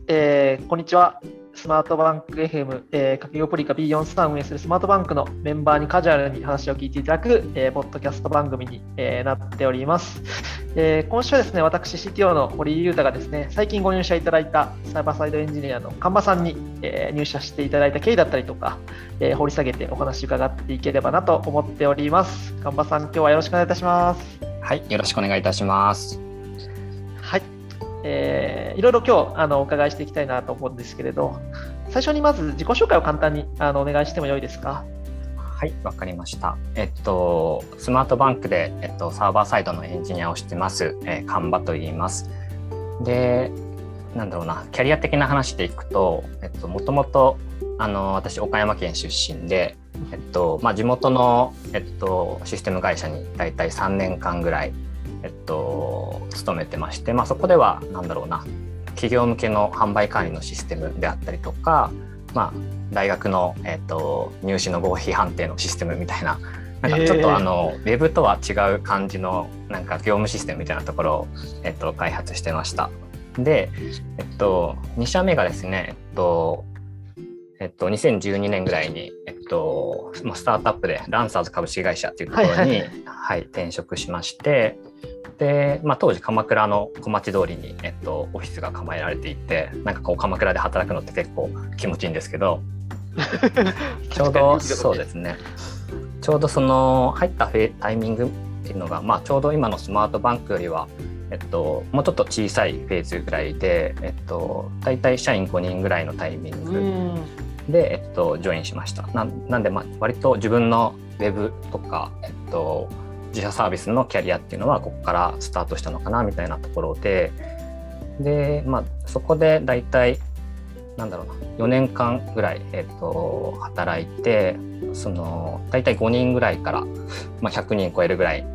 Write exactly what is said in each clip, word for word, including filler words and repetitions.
えーこんにちは。スマートバンク エフエム、えー、かけごプリカ ビーよんじゅうさん 運営するスマートバンクのメンバーにカジュアルに話を聞いていただく、えーポッドキャスト番組に、えーなっております。えー今週はですね、私 シーティーオー の堀井裕太がですね、最近ご入社いただいたサイバーサイドエンジニアの神場さんに、えー入社していただいた経緯だったりとか、えー掘り下げてお話伺っていければなと思っております。神場さん、今日はよろしくお願いいたします。 はい、よろしくお願いいたします。 はい。えーいろいろ今日あのお伺いしていきたいなと思うんですけれど、最初にまず自己紹介を簡単にあのお願いしてもよいですか？ はい、わかりました。えっと、スマートバンクで、えっと、サーバーサイドのエンジニアをしてます、えー、神場と言います。で、なんだろうな、キャリア的な話でいくと、えっと、もともと、あの、私、岡山県出身で、えっと、まあ、地元の、えっと、システム会社にだいたいさんねんかんぐらい、えっと、勤めてまして、まあ、そこでは、なんだろうな、企業向けの販売管理のシステムであったりとか、まあ、大学の、えっと、入試の合否判定のシステムみたいな、なんかちょっとあの、えー、ウェブとは違う感じのなんか業務システムみたいなところを、えっと、開発してました。で、えっと、に社目がですね、えっとえっと、にせんじゅうにねんぐらいに、えっと、スタートアップでランサーズ株式会社っていうところに、はいはいはい、転職しまして、で、まあ、当時鎌倉の小町通りに、えっと、オフィスが構えられていて、なんかこう鎌倉で働くのって結構気持ちいいんですけどちょうどそうですねちょうどその入ったタイミングっていうのが、まあ、ちょうど今のスマートバンクよりは、えっと、もうちょっと小さいフェーズぐらいで、えっと、大体社員ごにんぐらいのタイミングで、えっと、ジョインしました。 な, なんで、まあ、割と自分のウェブとか、えっと、自社サービスのキャリアっていうのはここからスタートしたのかなみたいなところで、で、まあ、そこで大体なんだろうなよねんかんぐらい、えっと、働いて、その大体ごにんぐらいから、まあ、ひゃくにん超えるぐらい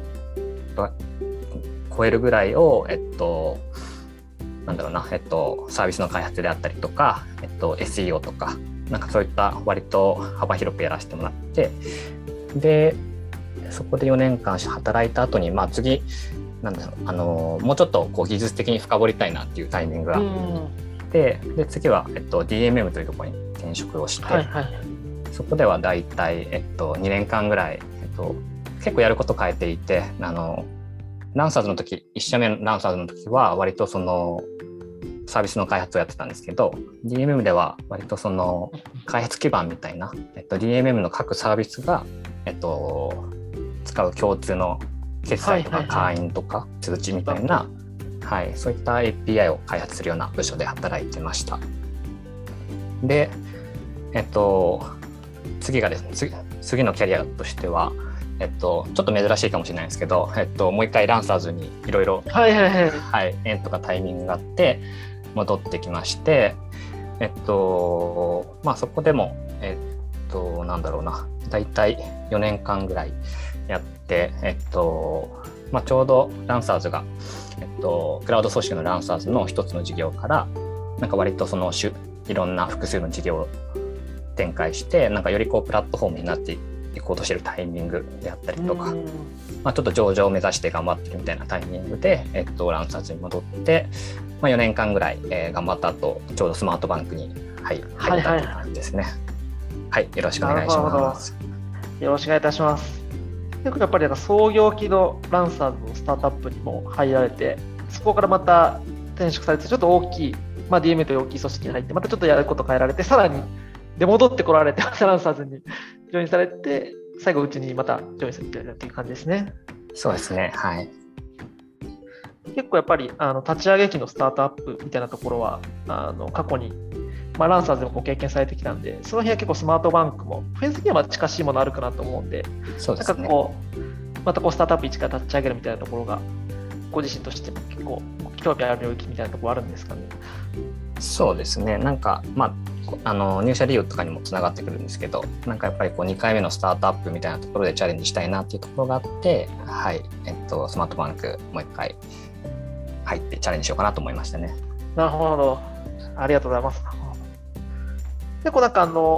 超えるぐらいを、えっとなんだろうな、えっと、サービスの開発であったりとか、えっと、エスイーオー とか、なんかそういった割と幅広くやらせてもらって、でそこでよねんかん働いた後に、まあ、次なんだろう、あのもうちょっとこう技術的に深掘りたいなっていうタイミングがあって、で次は、えっと、ディーエムエム というところに転職をして、はいはい、そこではだいたい、えっと、にねんかんぐらい、えっと、結構やること変えていて、あのランサーズの時、いち社目のランサーズの時は割とそのサービスの開発をやってたんですけど、 ディーエムエム では割とその開発基盤みたいな、えっと、ディーエムエム の各サービスが、えっと、使う共通の決済とか会員とか通知みたいな、はいはい、そういった エーピーアイ を開発するような部署で働いてました。で、えっと、次がですね、次、次のキャリアとしては、えっと、ちょっと珍しいかもしれないんですけど、えっと、もう一回ランサーズにいろいろ縁とかタイミングがあって戻ってきまして、えっとまあ、そこでも、えっと、なんだろうな、だいたいよねんかんぐらいやって、えっとまあ、ちょうどランサーズが、えっと、クラウド組織のランサーズの一つの事業からなんか割とそのいろんな複数の事業を展開して、なんかよりこうプラットフォームになっていく行こうとしているタイミングであったりとか、まあ、ちょっと上場を目指して頑張ってるみたいなタイミングで、えっと、ランサーズに戻って、まあ、よねんかんぐらい、えー、頑張った後、ちょうどスマートバンクに、はい、入ったという感じですね。はい、はい、よろしくお願いします。 よろしくお願いいたします。よくやっぱり創業期のランサーズのスタートアップにも入られて、そこからまた転職されてちょっと大きい、まあ、ディーエムエム という大きい組織に入って、またちょっとやること変えられて、さらにで戻ってこられて、またランサーズにジョインされて、最後うちにまたジョインされてるっていう感じですね。 そうですね、はい。 結構やっぱりあの立ち上げ期のスタートアップみたいなところはあの過去に、まあ、ランサーズでもご経験されてきたんで、その辺は結構スマートバンクもフェーズにはまあ近しいものあるかなと思うんで、 そうですね、 なんかこうまたこうスタートアップ一から立ち上げるみたいなところがご自身としても結構興味ある領域みたいなところあるんですかね。 そうですね、なんか、まあ、あの入社理由とかにもつながってくるんですけど、なんかやっぱりこうにかいめのスタートアップみたいなところでチャレンジしたいなっていうところがあって、はい、えっと、スマートバンクもう一回入ってチャレンジしようかなと思いましたね。 なるほど、ありがとうございます。結構なんかあの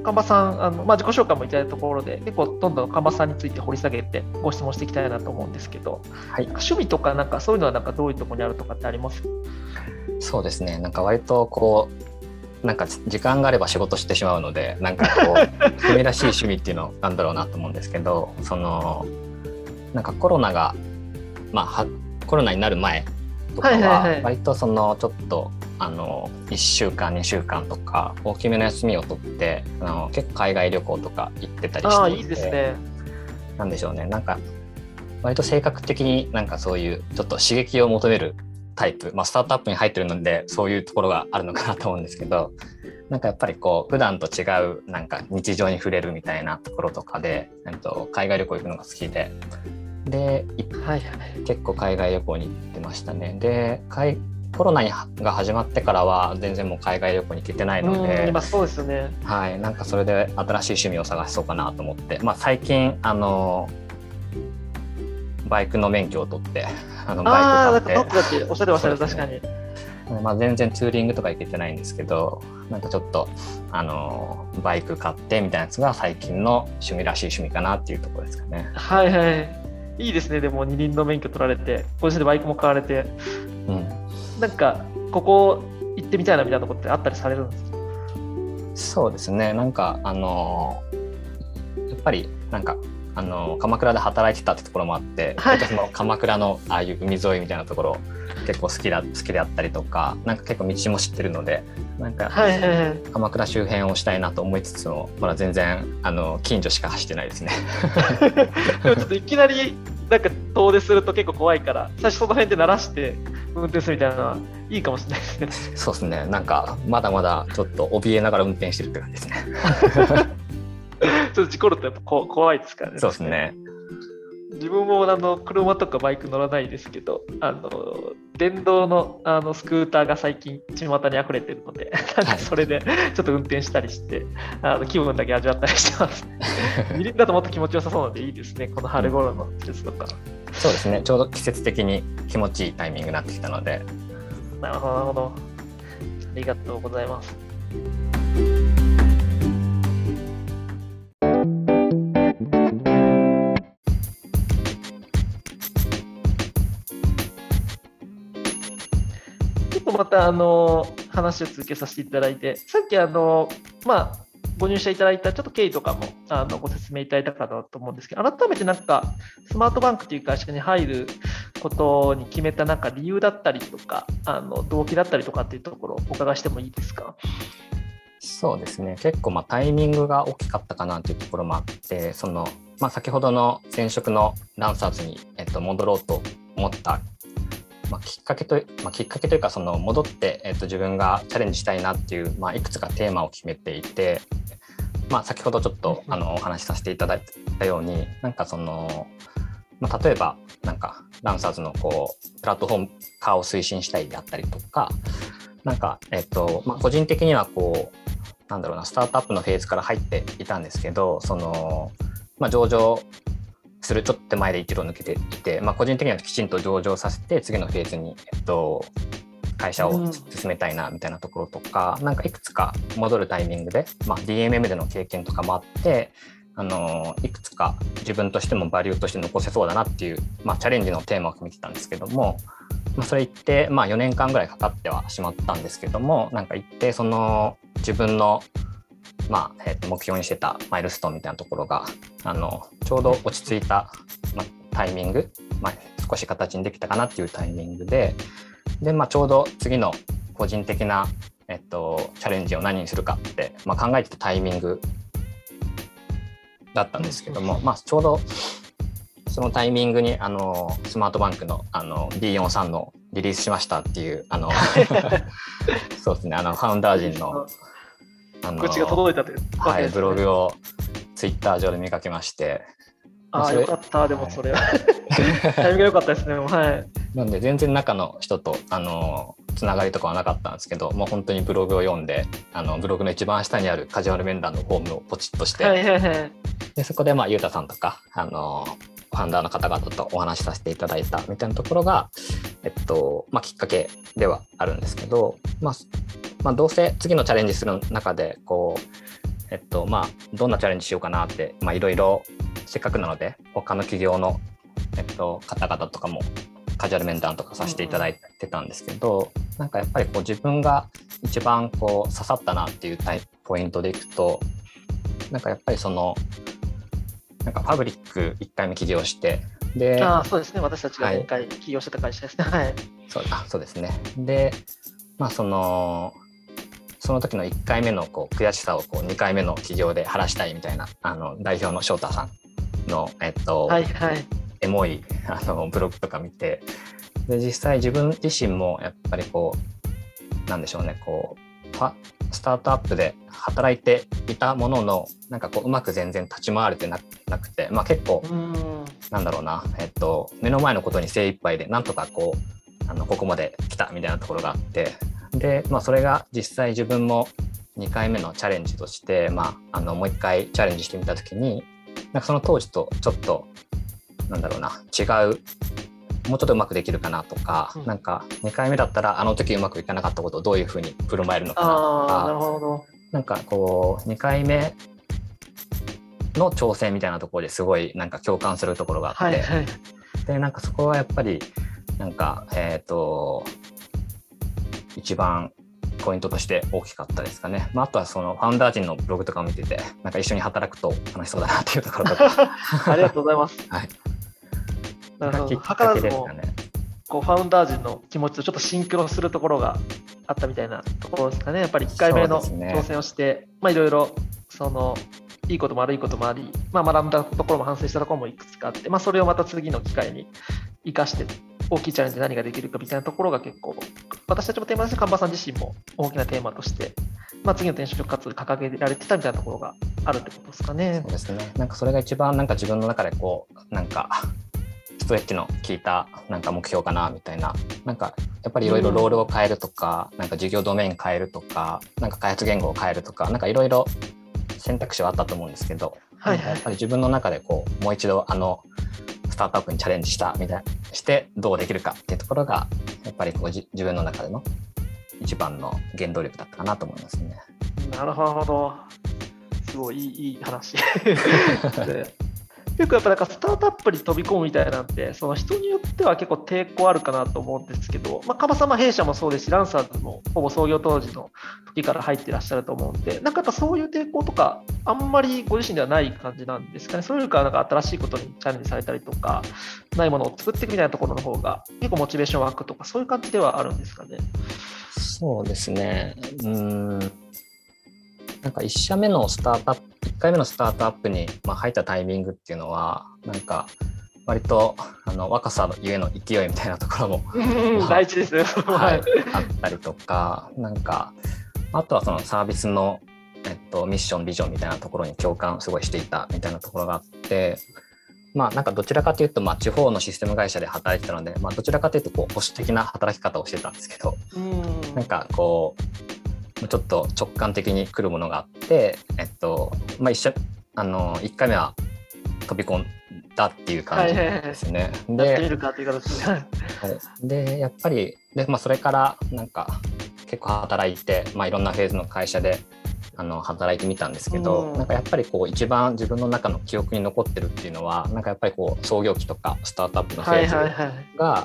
神場さん、あのまあ、自己紹介もいただいたところで、結構どんどん神場さんについて掘り下げてご質問していきたいなと思うんですけど、 はい、 趣味とかなんかそういうのはなんかどういうところにあるとかってあります？ そうですね、なんか割とこうなんか時間があれば仕事してしまうので、なんかこう趣味らしい趣味っていうのなんだろうなと思うんですけど、そのなんかコロナが、まあ、はコロナになる前とかは割とそのちょっとあのいっしゅうかんにしゅうかんとか大きめの休みを取ってあの結構海外旅行とか行ってたりして、 ああいいですね。 なんでしょうね、なんか割と性格的になんかそういうちょっと刺激を求めるタイプ、まあ、スタートアップに入ってるのでそういうところがあるのかなと思うんですけど、なんかやっぱりこう普段と違うなんか日常に触れるみたいなところとかで、えっと、海外旅行行くのが好きで、で、はいはい、結構海外旅行に行ってましたね。で、コロナが始まってからは全然もう海外旅行に行けてないので、 今そうですよね。 はい、なんかそれで新しい趣味を探そうかなと思って、まあ、最近あのバイクの免許を取ってあのバイク買って、 ああ、なんか取ってたっておっしゃってましたね、確かに。 まあ、全然ツーリングとか行けてないんですけど、なんかちょっとあのバイク買ってみたいなやつが最近の趣味らしい趣味かなっていうところですかね。 はいはい。いいですね。でも二輪の免許取られて、ご自身でバイクも買われて、うん、なんかここ行ってみたいなみたいなとこってあったりされるんですか？ そうですね。なんかあのやっぱりなんかあの鎌倉で働いてたってところもあって、はい、私も鎌倉のああいう海沿いみたいなところ結構好きだ好きであったりとか、なんか結構道も知ってるので、なんか鎌倉周辺をしたいなと思いつつも、まだ全然あの近所しか走ってないですね。 でもちょっといきなりなんか遠出すると結構怖いから、最初その辺で慣らして運転するみたいなのはいいかもしれないですね。 そうですね。なんかまだまだちょっと怯えながら運転してるって感じですね。 ちょっと事故るとやっぱこ怖いですからね。 そうですね。 自分もあの車とかバイク乗らないですけど、あの電動 の, あのスクーターが最近巷に溢れてるので、なんかそれでちょっと運転したりして、あの気分だけ味わったりしてます。二輪だともっと気持ちよさそうなのでいいですね、この春頃の季節とか、 うん、そうですね、ちょうど季節的に気持ちいいタイミングになってきたので。 なるほどなるほど、ありがとうございます。またあの話を続けさせていただいて、さっきあの、まあ、ご入社いただいたちょっと経緯とかもあのご説明いただいたかなと思うんですけど、改めてなんかスマートバンクという会社に入ることに決めたなんか理由だったりとか、あの動機だったりとかっていうところをお伺いしてもいいですか？ そうですね、結構まあタイミングが大きかったかなというところもあって、その、まあ、先ほどの前職のランサーズに、えっと、戻ろうと思ったまあ、きっかけと、まあ、きっかけというかその戻って、えっと、自分がチャレンジしたいなっていう、まあ、いくつかテーマを決めていて、まあ、先ほどちょっとあのお話しさせていただいたように、なんかその、まあ、例えばなんかランサーズのこうプラットフォーム化を推進したいであったりとか、なんか、えっとまあ、個人的にはこうなんだろうな、スタートアップのフェーズから入っていたんですけど、その、まあ、上場するちょっと手前で一路抜けていて、まあ、個人的にはきちんと上場させて次のフェーズに、えっと、会社を進めたいなみたいなところとか、うん、なんかいくつか戻るタイミングで、まあ、ディーエムエム での経験とかもあって、あのいくつか自分としてもバリューとして残せそうだなっていう、まあ、チャレンジのテーマを決めてたんですけども、まあ、それ言って、まあ、よねんかんぐらいかかってはしまったんですけども、なんか言ってその自分のまあえー、と目標にしてたマイルストーンみたいなところがあのちょうど落ち着いた、まあ、タイミング、まあ、少し形にできたかなっていうタイミングで、で、まあ、ちょうど次の個人的な、えっと、チャレンジを何にするかって、まあ、考えてたタイミングだったんですけども、まあ、ちょうどそのタイミングにあのスマートバンクの、あの ディーよんじゅうさん のリリースしましたっていうあのそうですね、あのファウンダー陣のあの口が届いたという、 はい、ブログをツイッター上で見かけまして、 ああよかった、でもそれは、はい、タイミングが良かったですね。はい、 なんで全然中の人とあのつながりとかはなかったんですけど、もう本当にブログを読んで、あのブログの一番下にあるカジュアル面談のフォームをポチッとして、はいはいはい、でそこでまあゆうたさんとかあのファウンダーの方々とお話しさせていただいたみたいなところが、えっとまあ、きっかけではあるんですけど、まあまあ、どうせ次のチャレンジする中でこう、 えっとまあ、どんなチャレンジしようかなっていろいろせっかくなので他の企業の、えっと、方々とかもカジュアル面談とかさせていただいてたんですけど、うんうん、なんかやっぱりこう自分が一番こう刺さったなっていうタイポイントでいくと、なんかやっぱりそのなんかパブリックいっかいめ起業してであそうですね、私たちが前回起業してた会社ですね。はい、 そうあそうですね。で、まあ、そのその時のいっかいめのこう悔しさをこうにかいめの起業で晴らしたいみたいなあの代表の翔太さんの、えっとはいはい、 エモいあのブログとか見て、で実際自分自身もやっぱりこうなんでしょうね、こうスタートアップで働いていたもののなんかこううまく全然立ち回れて な, なくて、まあ、結構うんなんだろうな、えっと、目の前のことに精一杯でなんとかこうあのここまで来たみたいなところがあって、で、まあ、それが実際自分もにかいめのチャレンジとして、まあ、あのもういっかいチャレンジしてみた時になんかその当時とちょっとなんだろうな違うもうちょっとうまくできるかなとか、うん、なんかにかいめだったらあの時うまくいかなかったことをどういうふうに振る舞えるのかなとか、 あなるほど、 なんかこうにかいめの挑戦みたいなところですごいなんか共感するところがあって、はいはい、でなんかそこはやっぱりなんかえっと一番ポイントとして大きかったですかね。まあ、あとはそのファウンダー陣のブログとかを見ててなんか一緒に働くと楽しそうだなっていうところとかありがとうございます、 はい、 なるほど、図らずもこうファウンダー陣の気持ちとちょっとシンクロするところがあったみたいなところですかね。やっぱりいっかいめの挑戦をして、ね、まあいろいろそのいいことも悪いこともあり、まあ、学んだところも反省したところもいくつかあって、まあ、それをまた次の機会に生かして大きいチャレンジで何ができるかみたいなところが結構私たちもテーマですし、神場さん自身も大きなテーマとして、まあ、次の転職活動で掲げられてたみたいなところがあるってことですかね。 そうですね。なんかそれが一番なんか自分の中でこうなんかストレッチの効いたなんか目標かなみたいな、なんかやっぱりいろいろロールを変えるとか、うん、なんか事業ドメイン変えるとか、なんか開発言語を変えるとか、なんかいろいろ選択肢はあったと思うんですけど、はいはい、やっぱり自分の中でこうもう一度あのスタートアップにチャレンジしたみたいなしてどうできるかっていうところがやっぱりこう自分の中での一番の原動力だったかなと思いますね。 なるほど、すごいいい、いい話結構やっぱなんかスタートアップに飛び込むみたいなんてその人によっては結構抵抗あるかなと思うんですけど、まあ、神場さんも弊社もそうですしランサーズもほぼ創業当時の時から入ってらっしゃると思うんで、なんかやっぱそういう抵抗とかあんまりご自身ではない感じなんですかね。それよりかなんか新しいことにチャレンジされたりとかないものを作っていくみたいなところの方が結構モチベーション湧くとかそういう感じではあるんですかね。 そうですね、うーんなんかいっ社目のスタートアップいっかいめのスタートアップに、まあ、入ったタイミングっていうのはなんか割とあの若さゆえの勢いみたいなところも、 まあ、大事ですね、 はい、あったりとか、なんかあとはそのサービスの、えっと、ミッションビジョンみたいなところに共感すごいしていたみたいなところがあって、まあなんかどちらかというと、まあ、地方のシステム会社で働いてたので、まあ、どちらかというとこう保守的な働き方をしてたんですけど、うんなんかこうちょっと直感的に来るものがあって、えっとまあ、一緒あのいっかいめは飛び込んだっていう感じですね。 で、やってみるかという形で、はい、 でやっぱりで、まあ、それからなんか結構働いて、まあ、いろんなフェーズの会社であの働いてみたんですけど、なんかやっぱりこう一番自分の中の記憶に残ってるっていうのはなんかやっぱりこう創業期とかスタートアップのフェーズが、はいはいはい、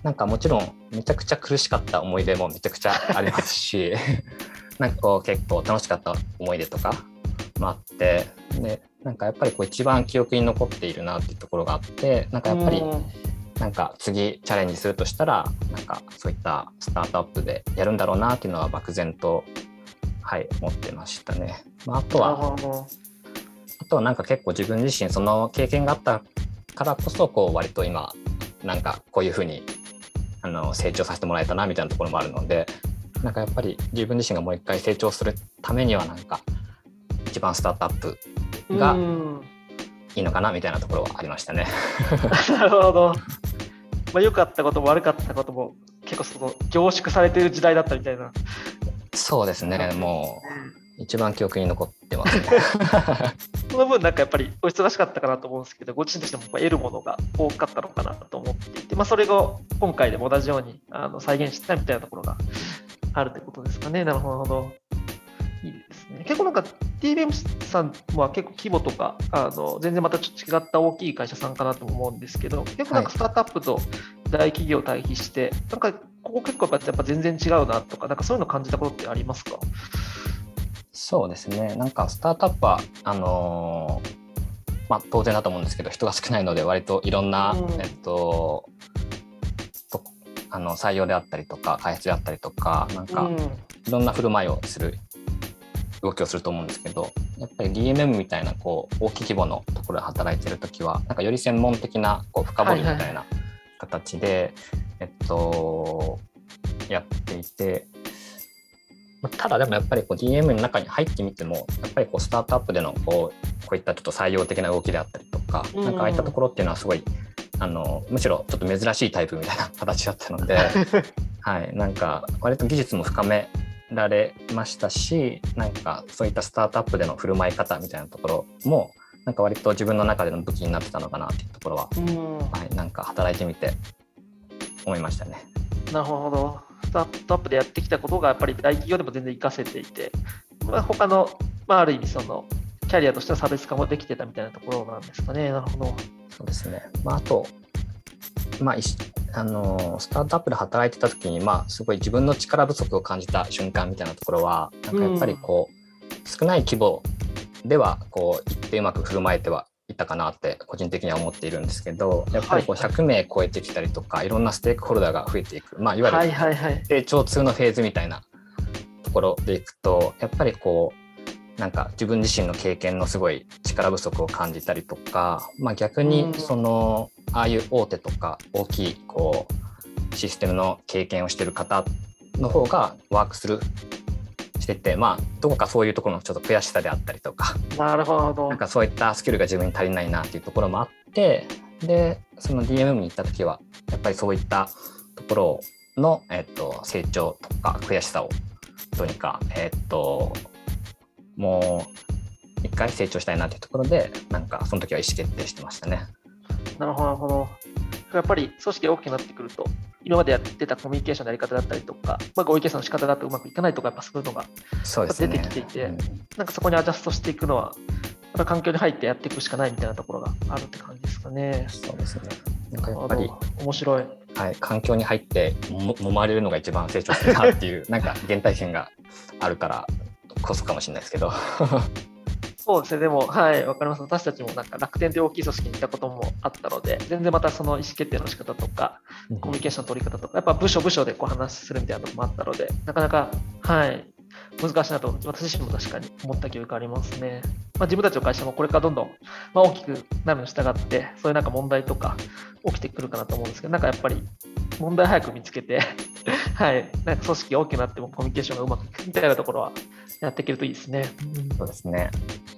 なんかもちろんめちゃくちゃ苦しかった思い出もめちゃくちゃありますしなんかこう結構楽しかった思い出とかもあって、でなんかやっぱりこう一番記憶に残っているなっていうところがあって、なんかやっぱりなんか次チャレンジするとしたらなんかそういったスタートアップでやるんだろうなっていうのは漠然とはい思ってましたね。まあ、あとはあとはなんか結構自分自身その経験があったからこそこう割と今なんかこういうふうにあの成長させてもらえたなみたいなところもあるので、なんかやっぱり自分自身がもう一回成長するためにはなんか一番スタートアップがいいのかなみたいなところはありましたね。 なるほど、まあ、良かったことも悪かったことも結構その凝縮されている時代だったみたいな。 そうですね、もう一番記憶に残ってますね。 その分なんかやっぱりお忙しかったかなと思うんですけど、ご自身としても得るものが多かったのかなと思っていて、まあ、それが今回でも同じようにあの再現してたみたいなところがあるってことですかね。なるほど、いいですね。結構なんかティービーエム さんは結構規模とかあの全然またちょっと違った大きい会社さんかなと思うんですけど、結構なんかスタートアップと大企業を対比して、はい、なんかここ結構やっぱ全然違うなとか、なんかそういうの感じたことってありますか？ そうですね、なんかスタートアップはあのーまあ、当然だと思うんですけど、人が少ないので割といろんな、うん、えっと、とあの採用であったりとか開発であったりとか、なんかいろんな振る舞いをする動きをすると思うんですけど、やっぱり ディーエムエム みたいなこう大きい規模のところで働いてるときはなんかより専門的なこう深掘りみたいな形で、はいはい、えっと、やっていて、ただでもやっぱりこう ディーエムエム の中に入ってみてもやっぱりこうスタートアップでのこうこういったちょっと採用的な動きであったりとか、うん、なんかああいったところっていうのはすごいあのむしろちょっと珍しいタイプみたいな形だったので、はい、なんか割と技術も深められましたし、なんかそういったスタートアップでの振る舞い方みたいなところもなんか割と自分の中での武器になってたのかなっていうところは、うん、はい、なんか働いてみて思いましたね。 なるほど。スタートアップでやってきたことがやっぱり大企業でも全然活かせていて、まあ、他の、まあ、ある意味そのキャリアとしては差別化もできてたみたいなところなんですかね。なるほど。 そうですね。まあ、あと、まあ、あのスタートアップで働いてた時に、まあ、すごい自分の力不足を感じた瞬間みたいなところは、なんかやっぱりこう、うん、少ない規模ではこう一定うまく振る舞えてはいたかなって個人的には思っているんですけど、やっぱりこうひゃくめい超えてきたりとか、はい、いろんなステークホルダーが増えていく、まあ、いわゆる成長痛のフェーズみたいなところでいくと、やっぱりこうなんか自分自身の経験のすごい力不足を感じたりとか、まあ、逆にその、うん、ああいう大手とか大きいこうシステムの経験をしている方の方がワークするしてて、まあ、どこかそういうところのちょっと悔しさであったりとか、 なるほど、 なんかそういったスキルが自分に足りないなっていうところもあって、でその ディーエムエム に行った時はやっぱりそういったところの、えっと、成長とか悔しさをどうにか、えっと、もう一回成長したいなっていうところで、なんかその時は意思決定してましたね。 なるほどなるほど。やっぱり組織が大きくなってくると、今までやってたコミュニケーションのやり方だったりとか、まあ、合意形成の仕方だとうまくいかないとか、やっぱそういうのが出てきていて、ね、うん、なんかそこにアジャストしていくのは、やっぱ環境に入ってやっていくしかないみたいなところがあるって感じですかね。 そうですね。なんかやっぱり面白い。 はい、環境に入っても揉まれるのが一番成長するなっていうなんか原体験があるからこそかもしれないですけど。 そうですね、でも、はい、わかります。私たちもなんか楽天という大きい組織にいたこともあったので、全然またその意思決定の仕方とか、コミュニケーションの取り方とか、やっぱ部署部署でこう話するみたいなところもあったので、なかなか、はい、難しいなと私自身も確かに思った記憶ありますね。まあ、自分たちの会社もこれからどんどん、まあ、大きくなるに従って、そういうなんか問題とか起きてくるかなと思うんですけど、なんかやっぱり問題早く見つけて、はい、なんか組織が大きくなってもコミュニケーションがうまくいくみたいなところはやっていけるといいですね。 うん、そうですね。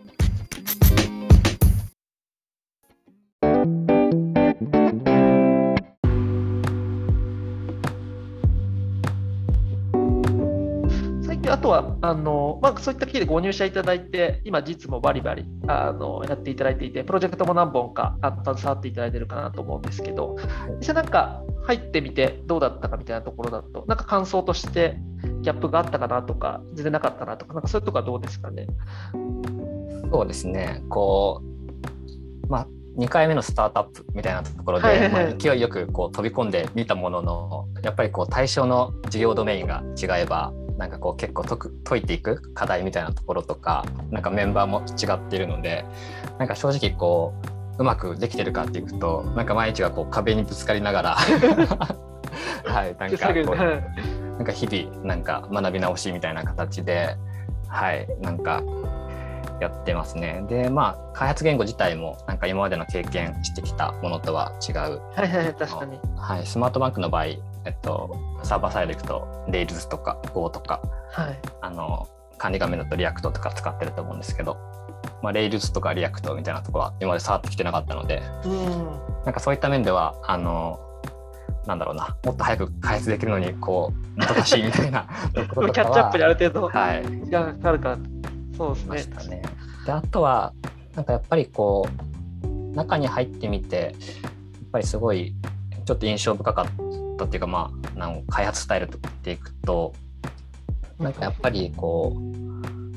あとはあの、まあ、そういった経緯でご入社いただいて、今、実務もバリバリあのやっていただいていて、プロジェクトも何本かあ携わっていただいているかなと思うんですけど、実際なんか入ってみてどうだったかみたいなところだと、なんか感想としてギャップがあったかなとか、全然なかったなとか、なんかそういうところはどうですかね。 そうですね、こう、まあ、にかいめのスタートアップみたいなところで、はいはいはい、まあ、勢いよくこう飛び込んでみたものの、やっぱりこう対象の事業ドメインが違えば、なんかこう結構解いていく課題みたいなところとか、なんかメンバーも違っているので、なんか正直こううまくできてるかっていくと、なんか毎日がこう壁にぶつかりながらはい、なんかこうなんか日々なんか学び直しみたいな形で、はい、なんかやってますね。で、まあ開発言語自体もなんか今までの経験してきたものとは違う。 はいはい、確かに。 はい、スマートバンクの場合、えっと、サーバーサイド行くと Rails とか Go とか、はい、あの管理画面だと React とか使ってると思うんですけど、まあ、Rails とか React みたいなところは今まで触ってきてなかったので、うん、なんかそういった面ではあのなんだろうな、もっと早く開発できるのにこうもどかしいみたいなところとかはキャッチアップにある程度時間がかかるから、はい、そうですね。ましたね。で、あとはなんかやっぱりこう中に入ってみてやっぱりすごいちょっと印象深かったっていうか、まあ、なん開発スタイルとっていくと、なんかやっぱりこう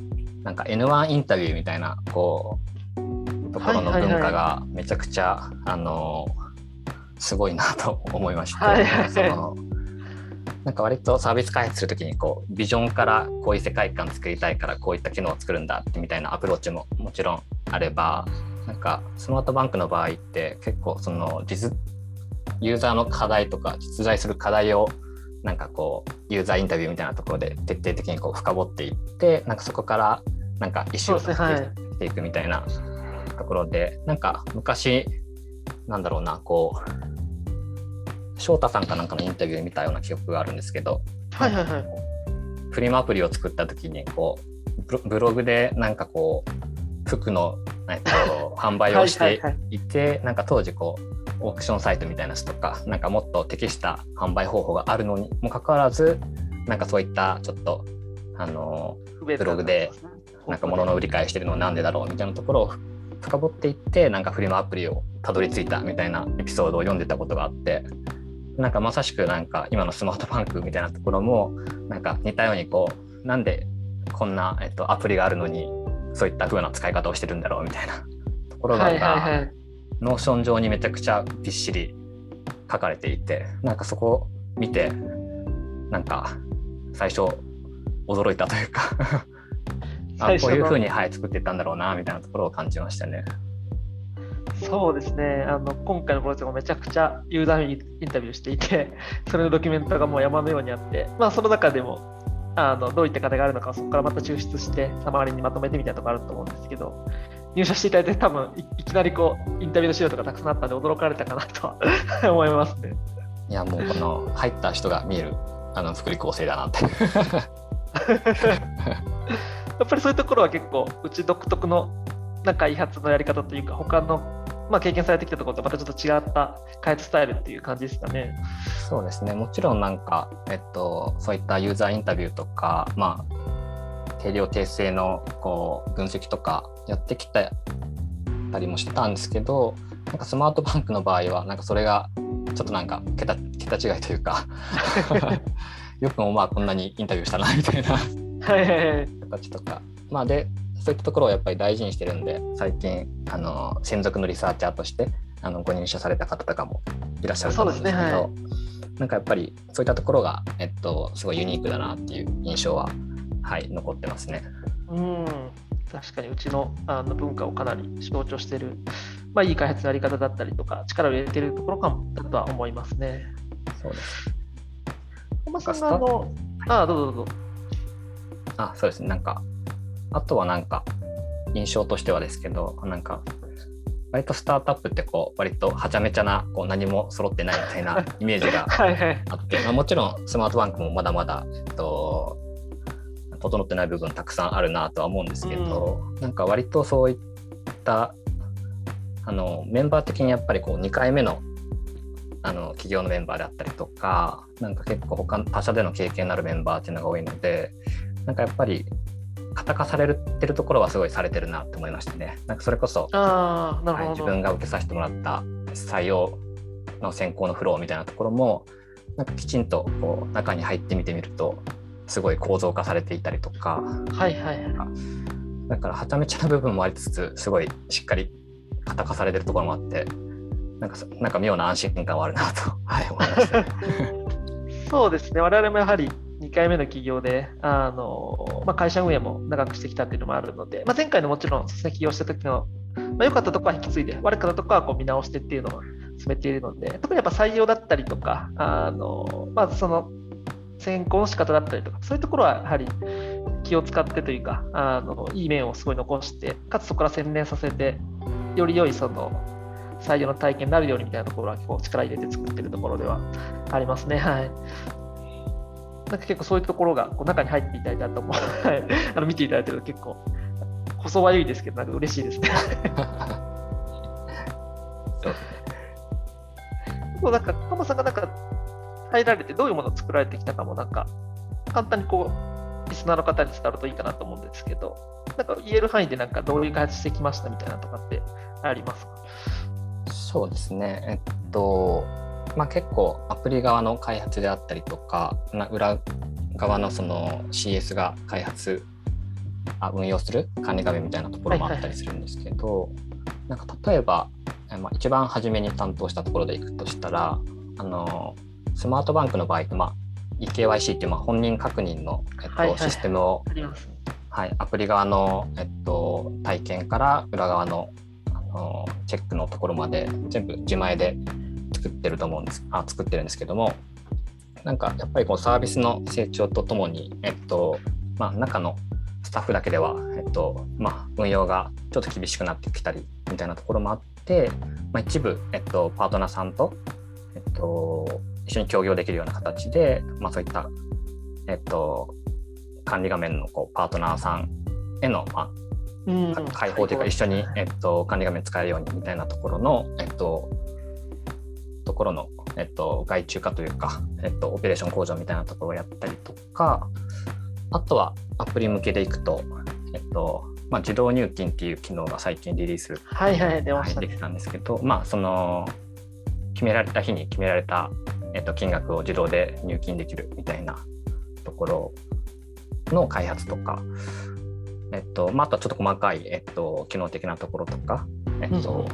なんか エヌワン インタビューみたいなこうところの文化がめちゃくちゃ、はいはいはい、あのすごいなと思いまして、はいはいはい、そのなんか割とサービス開発するときにこうビジョンからこういう世界観作りたいからこういった機能を作るんだってみたいなアプローチももちろんあれば、なんかスマートバンクの場合って結構その実ユーザーの課題とか実在する課題をなんかこうユーザーインタビューみたいなところで徹底的にこう深掘っていって、なんかそこからなんかイシューを出していくみたいなところで、なんか昔なんだろうなこう翔太さんかなんかのインタビュー見たような記憶があるんですけど、 はいはいはい、 フリマアプリを作った時にこうブログでなんかこう服の、えっと、販売をしていてはいはい、はい、なんか当時こうオークションサイトみたいなやつとかなんかもっと適した販売方法があるのにもかかわらず、なんかそういったちょっとあのブログでなんか物の売り買いしてるのはなんでだろうみたいなところを深掘っていって、なんかフリマアプリをたどり着いたみたいなエピソードを読んでたことがあって、なんかまさしくなんか今のスマートバンクみたいなところもなんか似たようにこうなんでこんな、えっと、アプリがあるのにそういった風な使い方をしてるんだろうみたいなところが、はいはいはい、ノーション上にめちゃくちゃびっしり書かれていて、なんかそこを見てなんか最初驚いたというかあこういう風に、はい、作っていったんだろうなみたいなところを感じましたね。 そうですね、あの今回のプロジェクトもめちゃくちゃユーザーにインタビューしていて、それのドキュメントがもう山のようにあって、まあ、その中でもあのどういった課題があるのかをそこからまた抽出してサマリーにまとめてみたいなところあると思うんですけど、入社していただいて多分 い, いきなりこうインタビューの資料とかたくさんあったので驚かれたかなとは思いますね。 いやもうこの入った人が見えるあの福利厚生だなってやっぱりそういうところは結構うち独特のなんか開発のやり方というか他のまあ、経験されてきたところとまたちょっと違った開発スタイルっていう感じですかね。 そうですね、もちろんなんか、えっと、そういったユーザーインタビューとか、まあ、定量定性のこう分析とかやってきたりもしてたんですけど、なんかスマートバンクの場合はなんかそれがちょっとなんか桁、桁違いというかよくもまあこんなにインタビューしたなみたいな形とか、まあでそういったところをやっぱり大事にしてるんで、最近あの専属のリサーチャーとしてあのご入社された方とかもいらっしゃると思うんですけど、そうですね、はい、なんかやっぱりそういったところが、えっと、すごいユニークだなっていう印象は、はい、残ってますね。 うん、確かにうちの、あの文化をかなり象徴している、まあ、いい開発のやり方だったりとか力を入れているところかもだとは思いますね。 そうです。 本間さんがあのああどうぞどうぞ。 あ、そうですね、なんかあとはなんか印象としてはですけど、なんか割とスタートアップってこう割とはちゃめちゃなこう何も揃ってないみたいなイメージがあってはい、はいまあ、もちろんスマートバンクもまだまだ、えっと、整ってない部分たくさんあるなとは思うんですけど、うん、なんか割とそういったあのメンバー的にやっぱりこうにかいめのあの企業のメンバーであったりとか、なんか結構他の他社での経験のあるメンバーっていうのが多いので、なんかやっぱり型化されてるところはすごいされてるなと思いましたね。なんかそれこそあなるほど、 はい、自分が受けさせてもらった採用の選考のフローみたいなところもなんかきちんとこう中に入ってみてみるとすごい構造化されていたりとか、 はいはい、 だからはちゃめちゃな部分もありつつすごいしっかり型化されてるところもあって、なんかなんか妙な安心感はあるなと、はい、思いましたそうですね、我々もやはりにかいめの企業であの、まあ、会社運営も長くしてきたっていうのもあるので、まあ、前回のもちろん起業した時のまあ、良かったところは引き継いで悪かったところはこう見直してっていうのを進めているので、特にやっぱ採用だったりとかあの、まあ、その選考の仕方だったりとかそういうところはやはり気を使ってというかあのいい面をすごい残してかつそこから洗練させてより良いその採用の体験になるようにみたいなところは結構力入れて作っているところではありますね。はい、なんか結構そういうところがこう中に入っていただいたと思うあの見ていただいてると結構細悪いですけどなんか嬉しいですねそうなんか鎌さんがなんか入られてどういうものを作られてきたかもなんか簡単にこうリスナーの方に伝わるといいかなと思うんですけど、なんか言える範囲でなんかどういう開発してきましたみたいなとかってありますか？ そうですね、えっとまあ、結構アプリ側の開発であったりとか裏側のその シーエス が開発あ運用する管理画面みたいなところもあったりするんですけど、はいはい、なんか例えば、まあ、一番初めに担当したところでいくとしたら、あのスマートバンクの場合、まあ、イーケーワイシー っていうまあ本人確認の、えっとはいはい、システムを、はい、アプリ側の、えっと、体験から裏側の、あのチェックのところまで全部自前で作ってると思うんですあ作ってるんですけども、なんかやっぱりこうサービスの成長とともに、えっとまあ、中のスタッフだけでは、えっとまあ、運用がちょっと厳しくなってきたりみたいなところもあって、まあ、一部、えっと、パートナーさんと、えっと、一緒に協業できるような形で、まあ、そういった、えっと、管理画面のこうパートナーさんへの、まあうん、開放というか一緒に、えっと、管理画面使えるようにみたいなところの、えっと、ところの、えっと、外注化というか、えっと、オペレーション向上みたいなところをやったりとか、あとはアプリ向けでいくと、えっとまあ、自動入金っていう機能が最近リリース、 はいはい、出ましたね。 できたんですけど、まあ、その決められた日に決められた、えっと、金額を自動で入金できるみたいなところの開発とか、えっとまあ、あとはちょっと細かい、えっと、機能的なところとか、えっと、うん、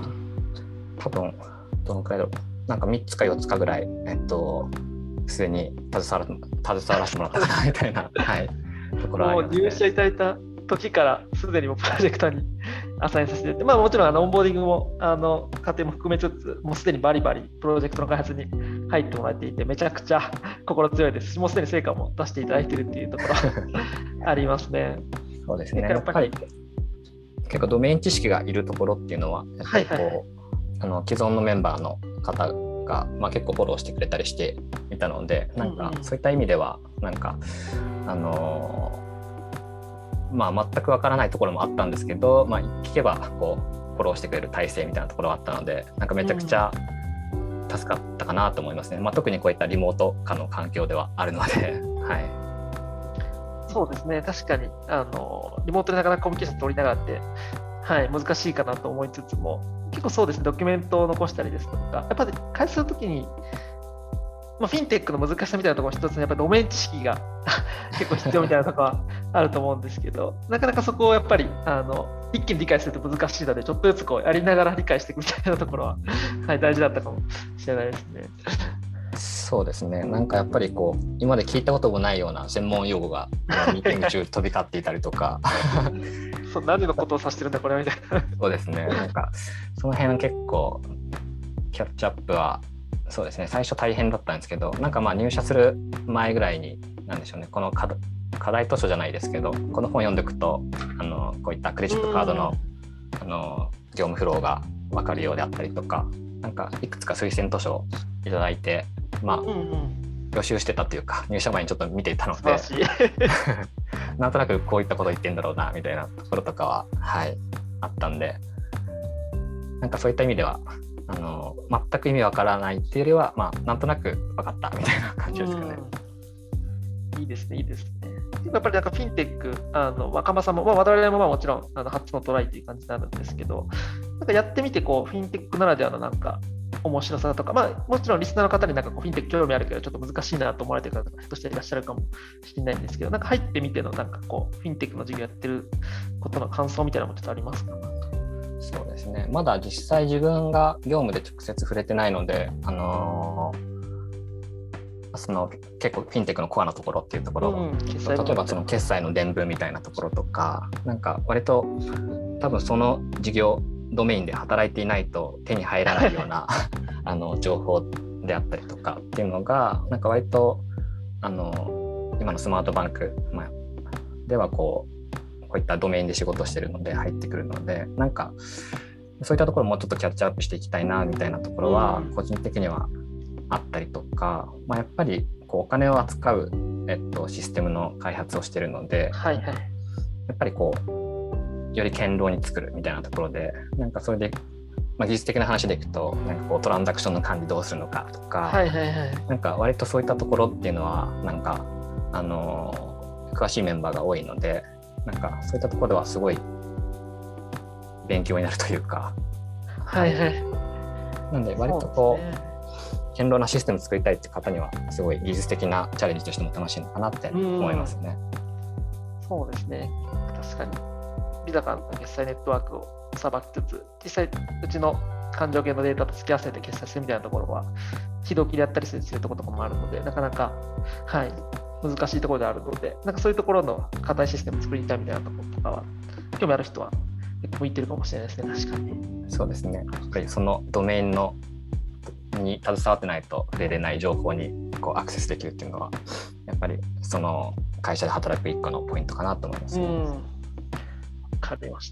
多分どのくらいだろう、なんかみっつかよっつかぐらい、えっと、すでに携わら、携わらせてもらったかなみたいな、はい、ところはありますね。 もう入社いただいた時からすでにもプロジェクターにアサインさせていて、まあ、もちろんあのオンボーディングもあの過程も含めつつ、もうすでにバリバリプロジェクトの開発に入ってもらっていて、めちゃくちゃ心強いですし、もうすでに成果も出していただいているっていうところありますね。 そうですね。やっぱり結構ドメイン知識がいるところっていうのは、やっぱりこう、はいはい、あの既存のメンバーの方が、まあ、結構フォローしてくれたりしていたので、なんかそういった意味ではなんか、あのー、まあ全くわからないところもあったんですけど、まあ、聞けばこうフォローしてくれる体制みたいなところがあったので、なんかめちゃくちゃ助かったかなと思いますね。まあ、特にこういったリモート化の環境ではあるので、はい。そうですね、確かにあのリモートでなかなかコミュニケーション取りながらって、はい、難しいかなと思いつつも、結構そうですね、ドキュメントを残したりですとか、やっぱり開発するときに、まあ、フィンテックの難しさみたいなところ一つ、やっぱりドメイン知識が結構必要みたいなところはあると思うんですけど、なかなかそこをやっぱりあの一気に理解すると難しいので、ちょっとずつこうやりながら理解していくみたいなところは、はい、大事だったかもしれないですね。そうですね、なんかやっぱりこう今まで聞いたこともないような専門用語がミーティング中飛び交っていたりとかそう何のことを指してるんだこれみたいなそうですね、なんかその辺結構キャッチアップはそうですね、最初大変だったんですけど、なんかまあ入社する前ぐらいになんでしょうね、この課課題図書じゃないですけど、この本読んでおくとあのこういったクレジットカードの、あの業務フローが分かるようであったりとか、なんかいくつか推薦図書をいただいて、まあ、うんうん、予習してたというか入社前にちょっと見ていたのでなんとなくこういったこと言ってんだろうなみたいなところとかは、はい、あったんで、なんかそういった意味ではあの全く意味わからないっていうよりは、まあ、なんとなく分かったみたいな感じですかね。いいですね、いいですね。やっぱりなんかフィンテック、あの若間さんも、まあ、我々もまあもちろんあの初のトライという感じになるんですけど、なんかやってみてこうフィンテックならではのなんか面白さとか、まあ、もちろんリスナーの方になんかこうフィンテック興味あるけどちょっと難しいなと思われてる方がひょっとしていらっしゃるかもしれないんですけど、なんか入ってみてのなんかこうフィンテックの授業やってることの感想みたいなのもちょっとありますか？そうですね、まだ実際自分が業務で直接触れてないので、あのー、その結構フィンテックのコアのところっていうところ、うん、例えばその決済の伝聞みたいなところとか、なんか割と多分その事業ドメインで働いていないと手に入らないようなあの情報であったりとかっていうのがなんか割とあの今のスマートバンク、まあ、ではこうこういったドメインで仕事してるので入ってくるので、なんかそういったところもうちょっとキャッチアップしていきたいなみたいなところは個人的にはあったりとか、まあ、やっぱりこうお金を扱う、えっと、システムの開発をしてるので、はいはい、やっぱりこうより堅牢に作るみたいなところで、なんかそれで、まあ、技術的な話でいくとなんかこうトランザクションの管理どうするのかとか、はいはいはい、なんか割とそういったところっていうのはなんかあの詳しいメンバーが多いので、なんかそういったところではすごい勉強になるというか、はいはい、なんで割とこう堅牢なシステム作りたいっていう方にはすごい技術的なチャレンジとしても楽しいのかなって思いますね。うん、そうですね。 確かに。ビザからの決済ネットワークをさばきつつ、実際、うちの勘定系のデータと付き合わせて決済するみたいなところは、非同期でやったりするところとかもあるので、なかなか、はい、難しいところであるので、なんかそういうところの硬いシステムを作りたいみたいなところとかは、興味ある人は結構向いてるかもしれないですね、確かに。 そうですね。やっぱりそのドメインのに携わってないと触れれない情報にこうアクセスできるっていうのは、やっぱりその会社で働く一個のポイントかなと思いますね。 うん、わかりました。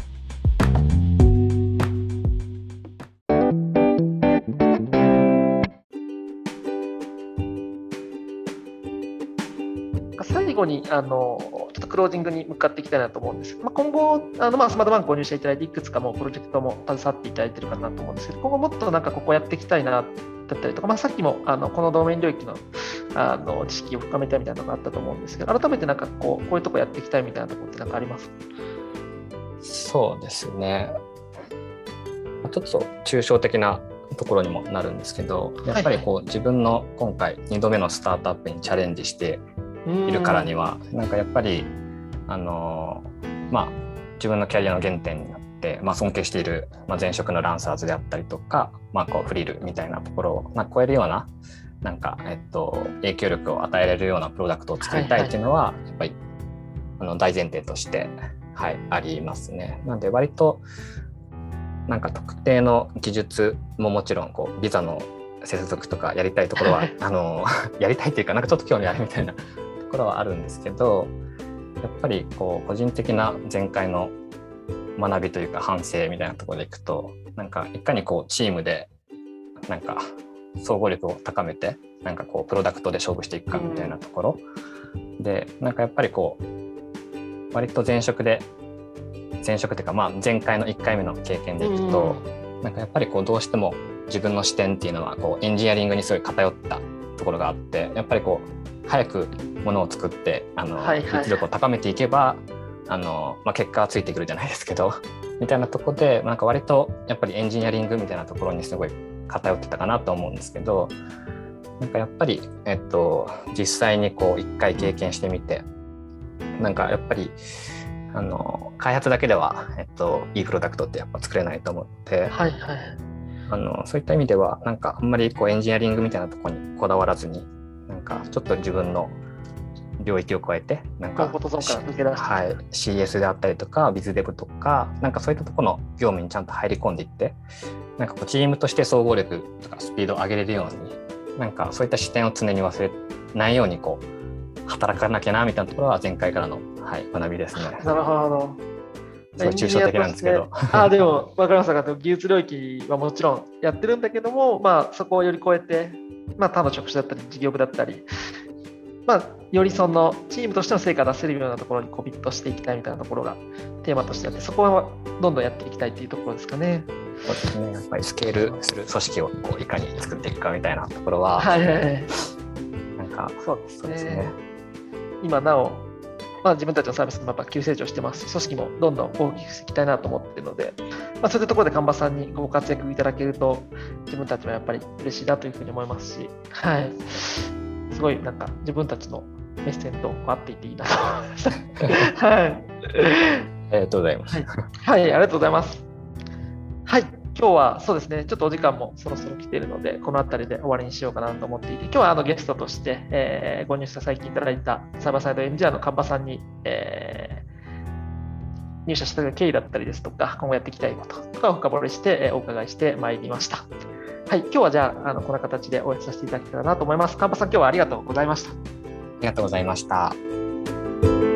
最後にあのちょっとクロージングに向かっていきたいなと思うんですけど、まあ、今後あの、まあ、スマートバンク購入していただいていくつかもうプロジェクトも携わっていただいているかなと思うんですけど、今後もっとなんかここやっていきたいなだったりとか、まあ、さっきもあのこのドメイン領域の、あの知識を深めたいみたいなのがあったと思うんですけど、改めてなんかこうこういうとこやっていきたいみたいなところって何かありますか？ そうですね。ちょっと抽象的なところにもなるんですけど、やっぱりこう、はいはい、自分の今回にどめのスタートアップにチャレンジしているからには、なんかやっぱりあのまあ自分のキャリアの原点になって、まあ、尊敬している、まあ、前職のランサーズであったりとか、まあ、こうフリルみたいなところを、まあ、超えるようななんか、えっと、影響力を与えられるようなプロダクトを作りたいっていうのは、はいはい、やっぱりあの大前提として、はい、ありますね。なので割となんか特定の技術ももちろんこうビザの接続とかやりたいところはあのやりたいっていうかなんかちょっと興味あるみたいなところはあるんですけど、やっぱりこう個人的な前回の学びというか反省みたいなところでいくと、なんかいかにこうチームでなんか総合力を高めてなんかこうプロダクトで勝負していくかみたいなところ、うん、でなんかやっぱりこう割と前職で前職っていうかまあ前回のいっかいめの経験でいくと、うん、なんかやっぱりこうどうしても自分の視点っていうのはこうエンジニアリングにすごい偏ったところがあって、やっぱりこう早くものを作ってあの、はいはい、実力を高めていけばあの、まあ、結果はついてくるじゃないですけどみたいなところでなんか割とやっぱりエンジニアリングみたいなところにすごい偏ってたかなと思うんですけど、なんかやっぱり、えっと、実際にこう一回経験してみて、なんかやっぱりあの開発だけでは、えっと、いいプロダクトってやっぱ作れないと思って、はいはい、あのそういった意味ではなんかあんまりこうエンジニアリングみたいなところにこだわらずに、なんかちょっと自分の領域を超えてなんか、はい、シーエス であったりとか BizDev とかなんかそういったところの業務にちゃんと入り込んでいって、なんかこうチームとして総合力とかスピードを上げれるように、なんかそういった視点を常に忘れないようにこう働かなきゃなみたいなところは前回からの、はい、学びですね。 なるほど。 すごい抽象的なんですけど。 あでも分かりましたが、技術領域はもちろんやってるんだけども、まあ、そこをより超えて、まあ、他の職種だったり事業部だったり、まあ、よりそのチームとしての成果を出せるようなところにコミットしていきたいみたいなところがテーマとしてあって、そこはどんどんやっていきたいというところですかね。 そうですね。やっぱりスケールする組織をこういかに作っていくかみたいなところは、 はいはいはい、 なんかそうですね。そうですね。今なお、まあ、自分たちのサービスもやっぱ急成長してますし、組織もどんどん大きくしていきたいなと思っているので、まあ、そういったところで神場さんにご活躍いただけると自分たちもやっぱり嬉しいなというふうに思いますし、はい、すごいなんか自分たちの目線と合っていていいなと思いました。はい。ありがとうございます。 はい、はい、ありがとうございます。はい、今日はそうですね、ちょっとお時間もそろそろ来ているので、この辺りで終わりにしようかなと思っていて、今日はあのゲストとして、えー、ご入社最近いただいたサーバーサイドエンジニアの神場さんに、えー、入社した経緯だったりですとか、今後やっていきたいこととかを深掘りして、えー、お伺いしてまいりました。はい、今日はじゃあ、あのこんな形で応援させていただけたらなと思います。神場さん、今日はありがとうございました。 ありがとうございました。